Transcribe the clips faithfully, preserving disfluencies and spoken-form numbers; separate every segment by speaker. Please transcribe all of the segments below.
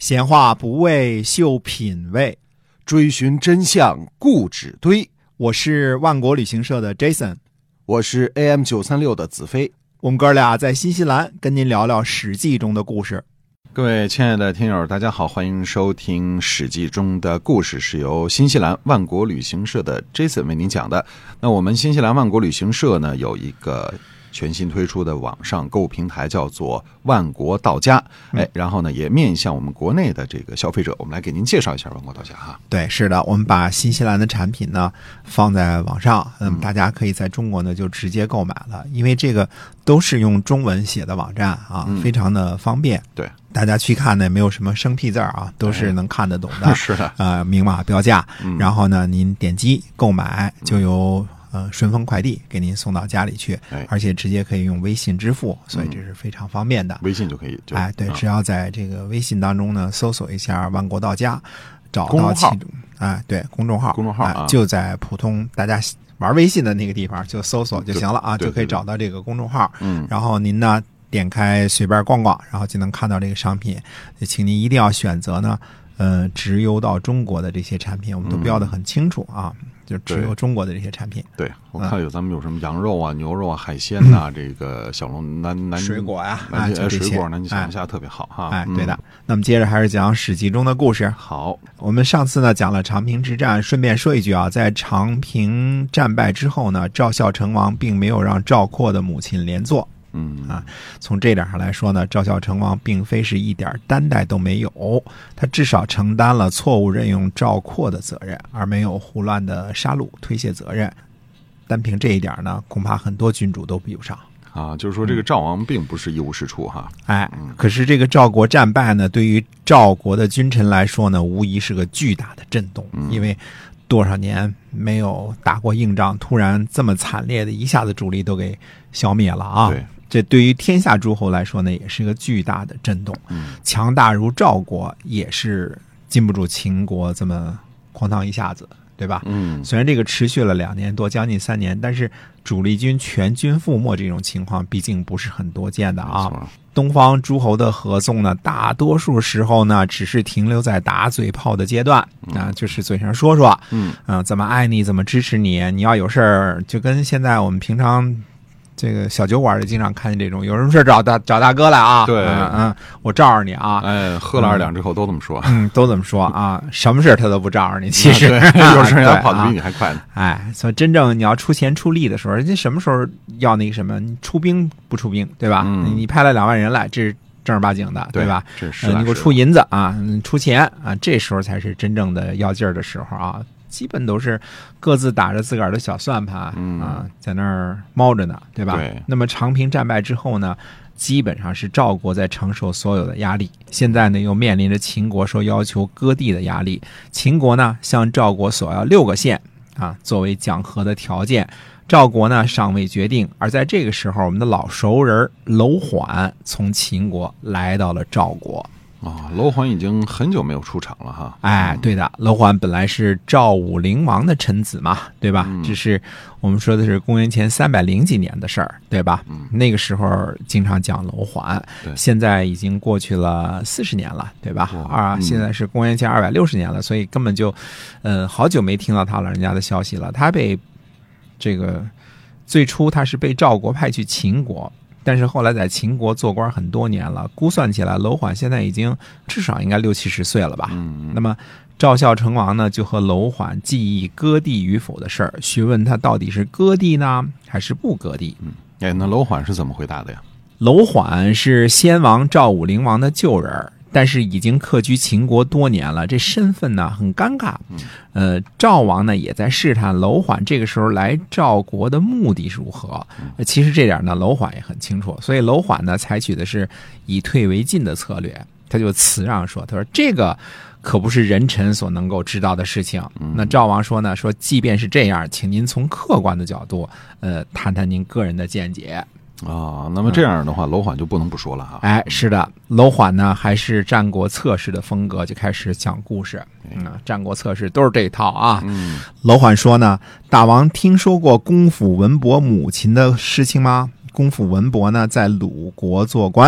Speaker 1: 闲话不为秀品味，
Speaker 2: 追寻真相固执堆。
Speaker 1: 我是万国旅行社的 Jason，
Speaker 2: 我是 A M 九三六 的子飞。
Speaker 1: 我们哥俩在新西兰跟您聊聊史记中的故事。
Speaker 2: 各位亲爱的听友大家好，欢迎收听史记中的故事，是由新西兰万国旅行社的 Jason 为您讲的。那我们新西兰万国旅行社呢，有一个全新推出的网上购物平台，叫做万国到家。哎，然后呢，也面向我们国内的这个消费者，我们来给您介绍一下万国到家哈。
Speaker 1: 对，是的，我们把新西兰的产品呢放在网上，嗯，大家可以在中国呢就直接购买了，因为这个都是用中文写的网站啊，嗯、非常的方便。
Speaker 2: 对，
Speaker 1: 大家去看呢，没有什么生僻字啊，都是能看得懂的。
Speaker 2: 哎、是的，
Speaker 1: 呃，明码标价。
Speaker 2: 嗯、
Speaker 1: 然后呢，您点击购买，就由呃顺丰快递给您送到家里去，
Speaker 2: 哎、
Speaker 1: 而且直接可以用微信支付，所以这是非常方便的。
Speaker 2: 嗯、微信就可以，就
Speaker 1: 哎，对，
Speaker 2: 嗯、
Speaker 1: 只要在这个微信当中呢，搜索一下“万国到家”，找到其中，哎，对，公众号，
Speaker 2: 公众号、啊
Speaker 1: 哎、就在普通大家玩微信的那个地方就搜索就行了啊，
Speaker 2: 就
Speaker 1: 就可以找到这个公众号。
Speaker 2: 嗯，
Speaker 1: 然后您呢点开随便逛逛，然后就能看到这个商品。请您一定要选择呢，呃，直邮到中国的这些产品，我们都标得很清楚啊。嗯，就只有中国的这些产品。
Speaker 2: 对，我看有咱们有什么羊肉啊、嗯、牛肉啊、海鲜呐、啊嗯，这个小龙南南
Speaker 1: 水果呀、
Speaker 2: 啊，
Speaker 1: 啊，
Speaker 2: 水果南京小龙虾特别好哈。
Speaker 1: 哎，对的。嗯、那么接着还是讲史记中的故事。
Speaker 2: 好，
Speaker 1: 我们上次呢讲了长平之战，顺便说一句啊，在长平战败之后呢，赵孝成王并没有让赵括的母亲连坐。
Speaker 2: 嗯
Speaker 1: 啊，从这点上来说呢，赵孝成王并非是一点担待都没有，他至少承担了错误任用赵括的责任，而没有胡乱的杀戮推卸责任。单凭这一点呢，恐怕很多君主都比不上
Speaker 2: 啊。就是说，这个赵王并不是一无是处哈。
Speaker 1: 哎，可是这个赵国战败呢，对于赵国的君臣来说呢，无疑是个巨大的震动，
Speaker 2: 嗯、
Speaker 1: 因为多少年没有打过硬仗，突然这么惨烈的一下子主力都给消灭了啊。
Speaker 2: 对。
Speaker 1: 这对于天下诸侯来说呢，也是个巨大的震动。
Speaker 2: 嗯，
Speaker 1: 强大如赵国也是禁不住秦国这么哐当一下子，对吧？
Speaker 2: 嗯，
Speaker 1: 虽然这个持续了两年多，将近三年，但是主力军全军覆没这种情况，毕竟不是很多见的啊。东方诸侯的合纵呢，大多数时候呢，只是停留在打嘴炮的阶段、嗯、啊，就是嘴上说说，
Speaker 2: 嗯，
Speaker 1: 啊，怎么爱你，怎么支持你，你要有事儿，就跟现在我们平常。这个小酒馆里经常看见这种，有什么事找大找大哥来啊？
Speaker 2: 对，
Speaker 1: 嗯嗯，我罩着你啊！
Speaker 2: 哎，喝了二两之后都这么说，
Speaker 1: 嗯，都这么说啊，什么事他都不罩着你，其实、
Speaker 2: 啊、有时候人跑得比你还快呢。
Speaker 1: 哎，所以真正你要出钱出力的时候，人家什么时候要那个什么？你出兵不出兵，对吧？
Speaker 2: 嗯、
Speaker 1: 你派了两万人来，这是正儿八经的，
Speaker 2: 对
Speaker 1: 吧？
Speaker 2: 这是、
Speaker 1: 呃、你给我出银子啊，出钱啊，这时候才是真正的要劲儿的时候啊。基本都是各自打着自个儿的小算盘、
Speaker 2: 嗯、
Speaker 1: 啊，在那儿猫着呢，对吧？
Speaker 2: 对。
Speaker 1: 那么长平战败之后呢，基本上是赵国在承受所有的压力，现在呢又面临着秦国说要求割地的压力。秦国呢向赵国索要六个县啊，作为讲和的条件。赵国呢尚未决定，而在这个时候，我们的老熟人楼缓从秦国来到了赵国。
Speaker 2: 啊，楼缓已经很久没有出场了哈。
Speaker 1: 哎，对的，楼缓本来是赵武灵王的臣子嘛，对吧？
Speaker 2: 嗯、
Speaker 1: 这是我们说的是公元前三百零几年的事儿，对吧？
Speaker 2: 嗯，
Speaker 1: 那个时候经常讲楼缓，现在已经过去了四十年了，对吧？啊、嗯，现在是公元前二百六十年了，所以根本就，呃，好久没听到他老人家的消息了。他被这个最初他是被赵国派去秦国。但是后来在秦国做官很多年了，估算起来楼缓现在已经至少应该六七十岁了吧。
Speaker 2: 嗯，
Speaker 1: 那么赵孝成王呢就和楼缓计议割地与否的事儿，询问他到底是割地呢还是不割地。
Speaker 2: 嗯，哎，那楼缓是怎么回答的呀？
Speaker 1: 楼缓是先王赵武灵王的旧人，但是已经客居秦国多年了，这身份呢很尴尬。呃，赵王呢也在试探楼缓这个时候来赵国的目的是如何。其实这点呢，楼缓也很清楚，所以楼缓呢采取的是以退为进的策略。他就辞让说：“他说这个可不是人臣所能够知道的事情。”那赵王说呢：“说即便是这样，请您从客观的角度，呃，谈谈您个人的见解。”
Speaker 2: 啊，那么这样的话，楼缓就不能不说了哈。
Speaker 1: 哎，是的，楼缓呢还是战国策士的风格，就开始讲故事。嗯，战国策士都是这一套啊。
Speaker 2: 嗯，
Speaker 1: 楼缓说呢，大王听说过公府文伯母亲的事情吗？公府文伯呢在鲁国做官，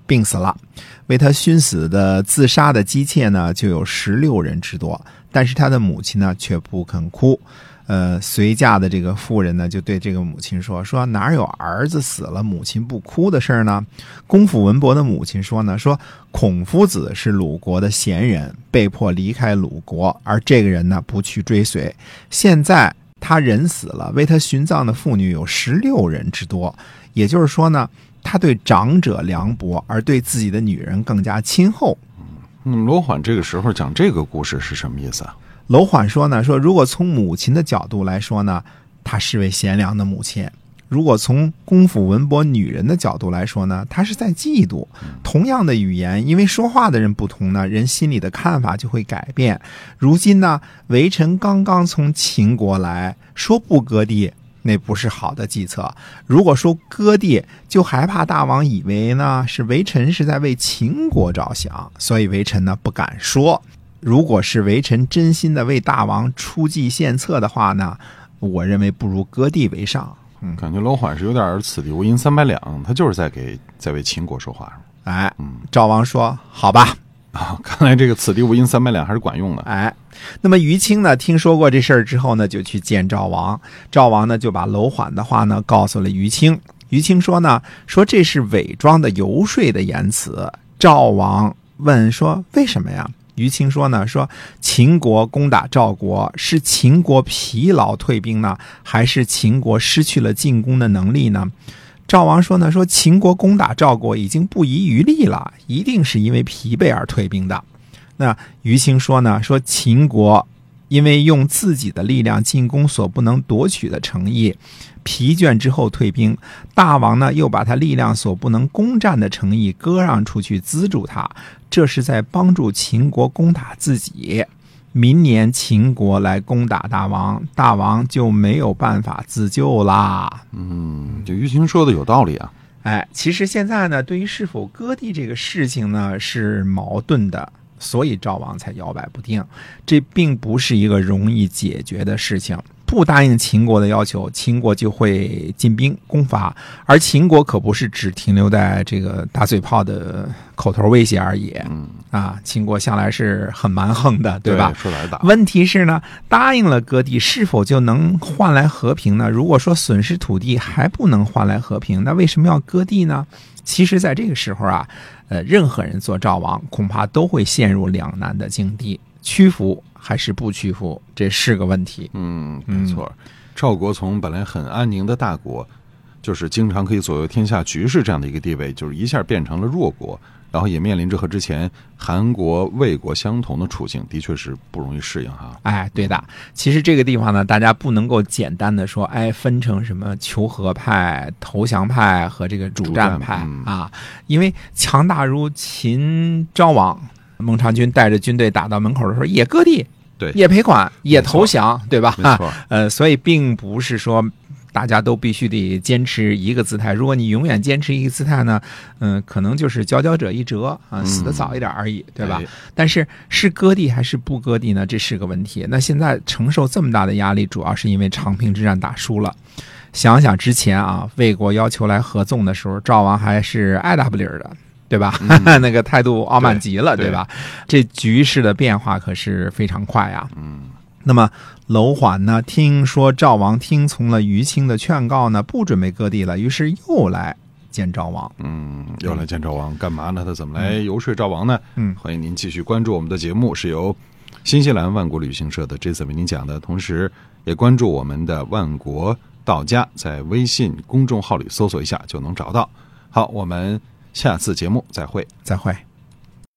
Speaker 1: 病死了。为他熏死的自杀的姬妾呢，就有十六人之多，但是他的母亲呢却不肯哭。呃，随嫁的这个妇人呢，就对这个母亲说：“说哪有儿子死了母亲不哭的事儿呢？”公府文伯的母亲说呢：“说孔夫子是鲁国的贤人，被迫离开鲁国，而这个人呢不去追随。现在他人死了，为他殉葬的妇女有十六人之多，也就是说呢，他对长者凉薄，而对自己的女人更加亲厚。”
Speaker 2: 嗯，罗缓这个时候讲这个故事是什么意思啊？
Speaker 1: 楼缓说呢，说如果从母亲的角度来说呢，她是位贤良的母亲；如果从公府文伯女人的角度来说呢，她是在嫉妒。同样的语言，因为说话的人不同呢，人心里的看法就会改变。如今呢，微臣刚刚从秦国来，说不割地，那不是好的计策。如果说割地，就害怕大王以为呢是微臣是在为秦国着想，所以微臣呢不敢说。如果是微臣真心的为大王出计献策的话呢，我认为不如割地为上。嗯，
Speaker 2: 感觉楼缓是有点此地无银三百两，他就是在给在为秦国说话。
Speaker 1: 哎，嗯，赵王说好吧。
Speaker 2: 啊，看来这个此地无银三百两还是管用的。
Speaker 1: 哎，那么于青呢，听说过这事儿之后呢，就去见赵王。赵王呢就把楼缓的话呢告诉了于青。于青说呢，说这是伪装的游说的言辞。赵王问说为什么呀？于青说呢，说秦国攻打赵国，是秦国疲劳退兵呢，还是秦国失去了进攻的能力呢？赵王说呢，说秦国攻打赵国已经不遗余力了，一定是因为疲惫而退兵的。那于青说呢，说秦国因为用自己的力量进攻所不能夺取的城邑，疲倦之后退兵，大王呢又把他力量所不能攻占的城邑割让出去资助他，这是在帮助秦国攻打自己。明年秦国来攻打大王，大王就没有办法自救啦。
Speaker 2: 嗯，这于青说的有道理啊。
Speaker 1: 哎，其实现在呢，对于是否割地这个事情呢是矛盾的，所以赵王才摇摆不定。这并不是一个容易解决的事情。不答应秦国的要求，秦国就会进兵攻伐，而秦国可不是只停留在这个打嘴炮的口头威胁而已。
Speaker 2: 嗯
Speaker 1: 啊，秦国向来是很蛮横的，对吧？
Speaker 2: 对，说来打。
Speaker 1: 问题是呢，答应了割地，是否就能换来和平呢？如果说损失土地还不能换来和平，那为什么要割地呢？其实在这个时候啊，呃，任何人做赵王，恐怕都会陷入两难的境地，屈服还是不屈服，这是个问题。
Speaker 2: 嗯，没错。嗯、赵国从本来很安宁的大国，就是经常可以左右天下局势这样的一个地位，就是一下变成了弱国，然后也面临着和之前韩国、魏国相同的处境，的确是不容易适应哈。
Speaker 1: 哎，对的。其实这个地方呢，大家不能够简单的说，哎，分成什么求和派、投降派和这个主战派、
Speaker 2: 嗯、
Speaker 1: 啊，因为强大如秦昭王。孟尝君带着军队打到门口的时候，也割地，
Speaker 2: 对，
Speaker 1: 也赔款，也投降，对吧？
Speaker 2: 没错，
Speaker 1: 呃，所以并不是说大家都必须得坚持一个姿态。如果你永远坚持一个姿态呢，嗯、呃，可能就是佼佼者一折啊，死得早一点而已，对吧？
Speaker 2: 哎、
Speaker 1: 但是是割地还是不割地呢？这是个问题。那现在承受这么大的压力，主要是因为长平之战打输了。想想之前啊，魏国要求来合纵的时候，赵王还是爱答不理的。对吧？嗯、那个态度傲慢极了， 对, 对吧？这局势的变化可是非常快啊。
Speaker 2: 嗯，
Speaker 1: 那么楼缓呢，听说赵王听从了于青的劝告呢，不准备割地了，于是又来见赵王。
Speaker 2: 嗯，又来见赵王，干嘛呢？他怎么来游说赵王呢？
Speaker 1: 嗯，
Speaker 2: 欢迎您继续关注我们的节目，是由新西兰万国旅行社的 Jason 为您讲的，同时也关注我们的万国到家，在微信公众号里搜索一下就能找到。好，我们下次节目再会，
Speaker 1: 再会。